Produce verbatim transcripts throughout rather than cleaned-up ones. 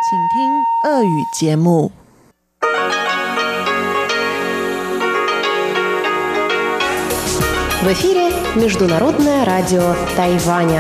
请听俄语节目。 В эфире Международное радио Тайваня.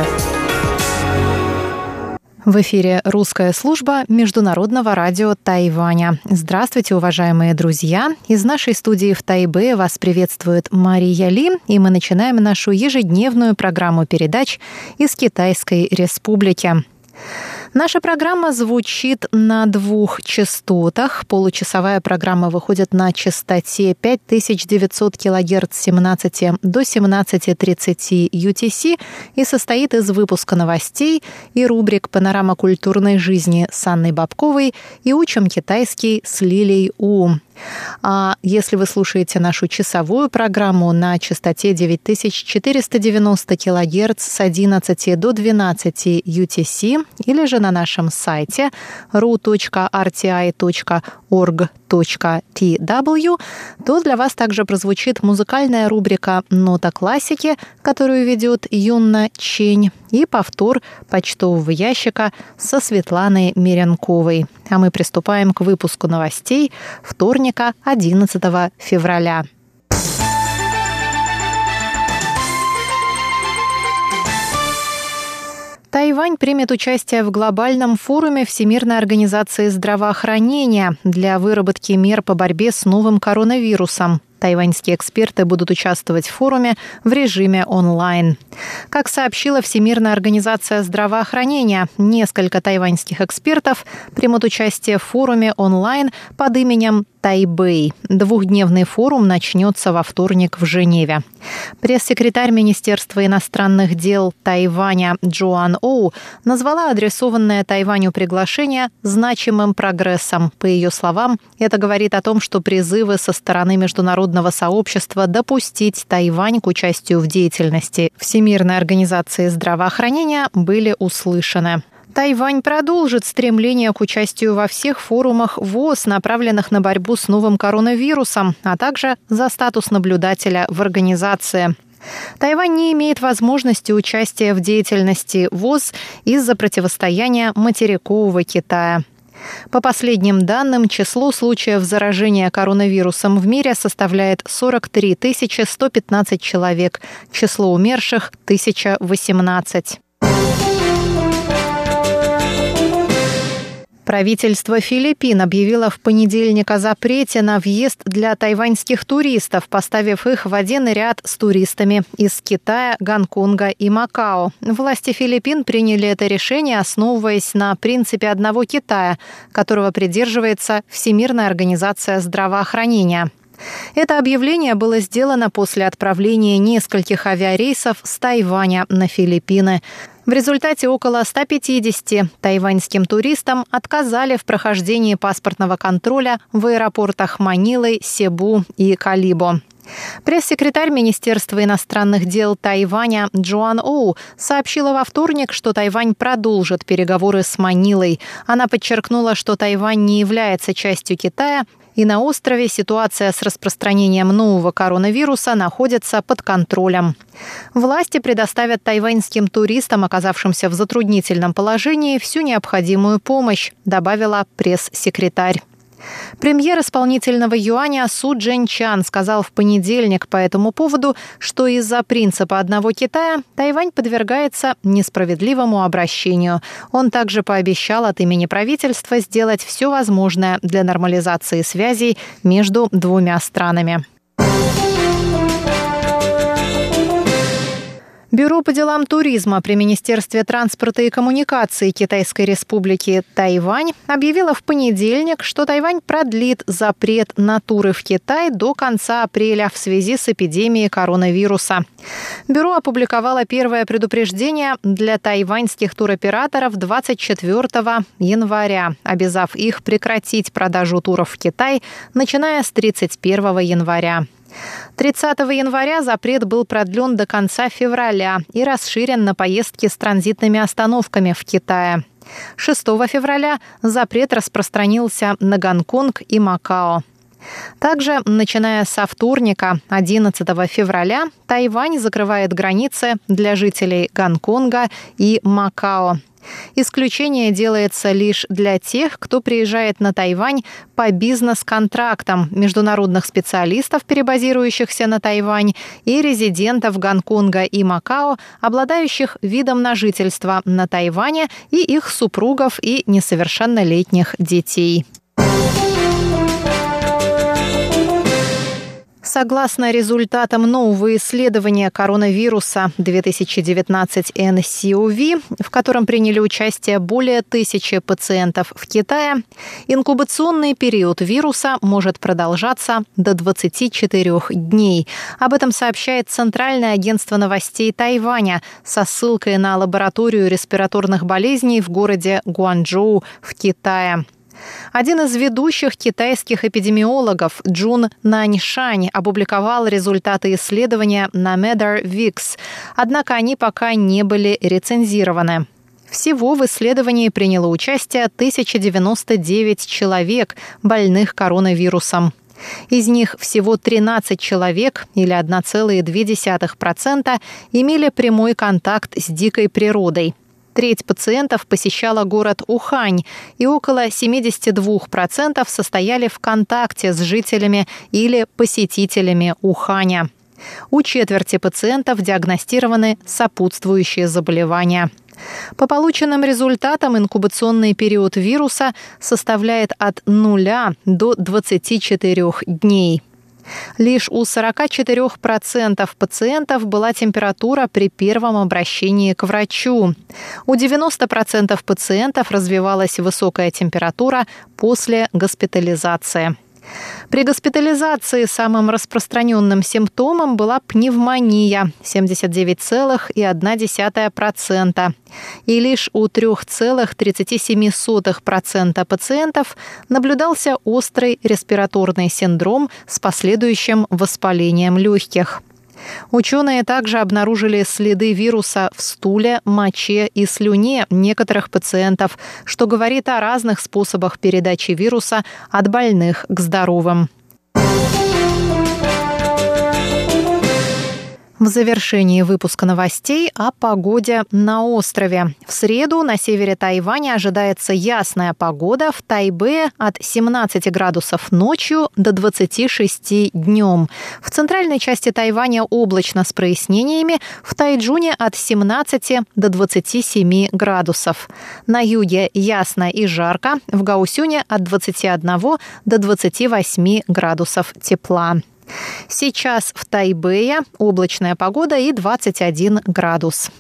В эфире русская служба Международного радио Тайваня. Здравствуйте, уважаемые друзья! Из нашей студии в Тайбе вас приветствует Мария Ли, и мы начинаем нашу ежедневную программу передач из Китайской Республики. Наша программа звучит на двух частотах. Получасовая программа выходит на частоте пять тысяч девятьсот килогерц с семнадцати до семнадцати тридцати ю ти си и состоит из выпуска новостей и рубрик «Панорама культурной жизни» с Анной Бабковой и «Учим китайский» с Лилией У. А если вы слушаете нашу часовую программу на частоте девять тысяч четыреста девяносто килогерц с одиннадцати до двенадцати ю ти си или же на нашем сайте ру точка ар ти ай точка орг точка ти дабл ю, то для вас также прозвучит музыкальная рубрика «Нота классики», которую ведет Юнна Чень, и повтор почтового ящика со Светланой Меренковой. А мы приступаем к выпуску новостей вторника, одиннадцатого февраля. Тайвань примет участие в глобальном форуме Всемирной организации здравоохранения для выработки мер по борьбе с новым коронавирусом. Тайваньские эксперты будут участвовать в форуме в режиме онлайн. Как сообщила Всемирная организация здравоохранения, несколько тайваньских экспертов примут участие в форуме онлайн под именем Тайбэй. Двухдневный форум начнется во вторник в Женеве. Пресс-секретарь Министерства иностранных дел Тайваня Джоан Оу назвала адресованное Тайваню приглашение значимым прогрессом. По ее словам, это говорит о том, что призывы со стороны международного сообщества допустить Тайвань к участию в деятельности Всемирной организации здравоохранения были услышаны. Тайвань продолжит стремление к участию во всех форумах ВОЗ, направленных на борьбу с новым коронавирусом, а также за статус наблюдателя в организации. Тайвань не имеет возможности участия в деятельности ВОЗ из-за противостояния материкового Китая. По последним данным, число случаев заражения коронавирусом в мире составляет сорок три тысячи сто пятнадцать человек, число умерших – тысяча восемнадцать. Правительство Филиппин объявило в понедельник о запрете на въезд для тайваньских туристов, поставив их в один ряд с туристами из Китая, Гонконга и Макао. Власти Филиппин приняли это решение, основываясь на принципе одного Китая, которого придерживается Всемирная организация здравоохранения. Это объявление было сделано после отправления нескольких авиарейсов с Тайваня на Филиппины. В результате около ста пятидесяти тайваньским туристам отказали в прохождении паспортного контроля в аэропортах Манилы, Себу и Калибо. Пресс-секретарь Министерства иностранных дел Тайваня Джоан Оу сообщила во вторник, что Тайвань продолжит переговоры с Манилой. Она подчеркнула, что Тайвань не является частью Китая, и на острове ситуация с распространением нового коронавируса находится под контролем. Власти предоставят тайваньским туристам, оказавшимся в затруднительном положении, всю необходимую помощь, добавила пресс-секретарь. Премьер исполнительного юаня Су Чжэньчан сказал в понедельник по этому поводу, что из-за принципа одного Китая Тайвань подвергается несправедливому обращению. Он также пообещал от имени правительства сделать все возможное для нормализации связей между двумя странами. Бюро по делам туризма при Министерстве транспорта и коммуникаций Китайской Республики Тайвань объявило в понедельник, что Тайвань продлит запрет на туры в Китай до конца апреля в связи с эпидемией коронавируса. Бюро опубликовало первое предупреждение для тайваньских туроператоров двадцать четвёртого января, обязав их прекратить продажу туров в Китай, начиная с тридцать первого января. тридцатого января запрет был продлен до конца февраля и расширен на поездки с транзитными остановками в Китае. шестого февраля запрет распространился на Гонконг и Макао. Также, начиная со вторника, одиннадцатого февраля, Тайвань закрывает границы для жителей Гонконга и Макао. Исключение делается лишь для тех, кто приезжает на Тайвань по бизнес-контрактам международных специалистов, перебазирующихся на Тайвань, и резидентов Гонконга и Макао, обладающих видом на жительство на Тайване, и их супругов и несовершеннолетних детей. Согласно результатам нового исследования коронавируса две тысячи девятнадцать эн си о ви, в котором приняли участие более тысячи пациентов в Китае, инкубационный период вируса может продолжаться до двадцати четырёх дней. Об этом сообщает Центральное агентство новостей Тайваня со ссылкой на лабораторию респираторных болезней в городе Гуанчжоу в Китае. Один из ведущих китайских эпидемиологов, Джун Наньшань, опубликовал результаты исследования на Медар-Викс, однако они пока не были рецензированы. Всего в исследовании приняло участие тысяча девяносто девять человек, больных коронавирусом. Из них всего тринадцать человек, или одна целая две десятых процента, имели прямой контакт с дикой природой. Треть пациентов посещала город Ухань, и около семьдесят два процента состояли в контакте с жителями или посетителями Уханя. У четверти пациентов диагностированы сопутствующие заболевания. По полученным результатам инкубационный период вируса составляет от нуля до двадцати четырёх дней. Лишь у сорока четырёх процентов пациентов была температура при первом обращении к врачу. У девяноста процентов пациентов развивалась высокая температура после госпитализации. При госпитализации самым распространенным симптомом была пневмония – семьдесят девять целых одна десятая процента. И лишь у трёх целых тридцати семи сотых процента пациентов наблюдался острый респираторный синдром с последующим воспалением легких. Ученые также обнаружили следы вируса в стуле, моче и слюне некоторых пациентов, что говорит о разных способах передачи вируса от больных к здоровым. В завершении выпуска новостей о погоде на острове. В среду на севере Тайваня ожидается ясная погода, в Тайбэе от семнадцати градусов ночью до двадцати шести днем. В центральной части Тайваня облачно с прояснениями, в Тайчжуне от семнадцати до двадцати семи градусов. На юге ясно и жарко, в Гаосюне от двадцати одного до двадцати восьми градусов тепла. Сейчас в Тайбэе облачная погода и двадцать один градус.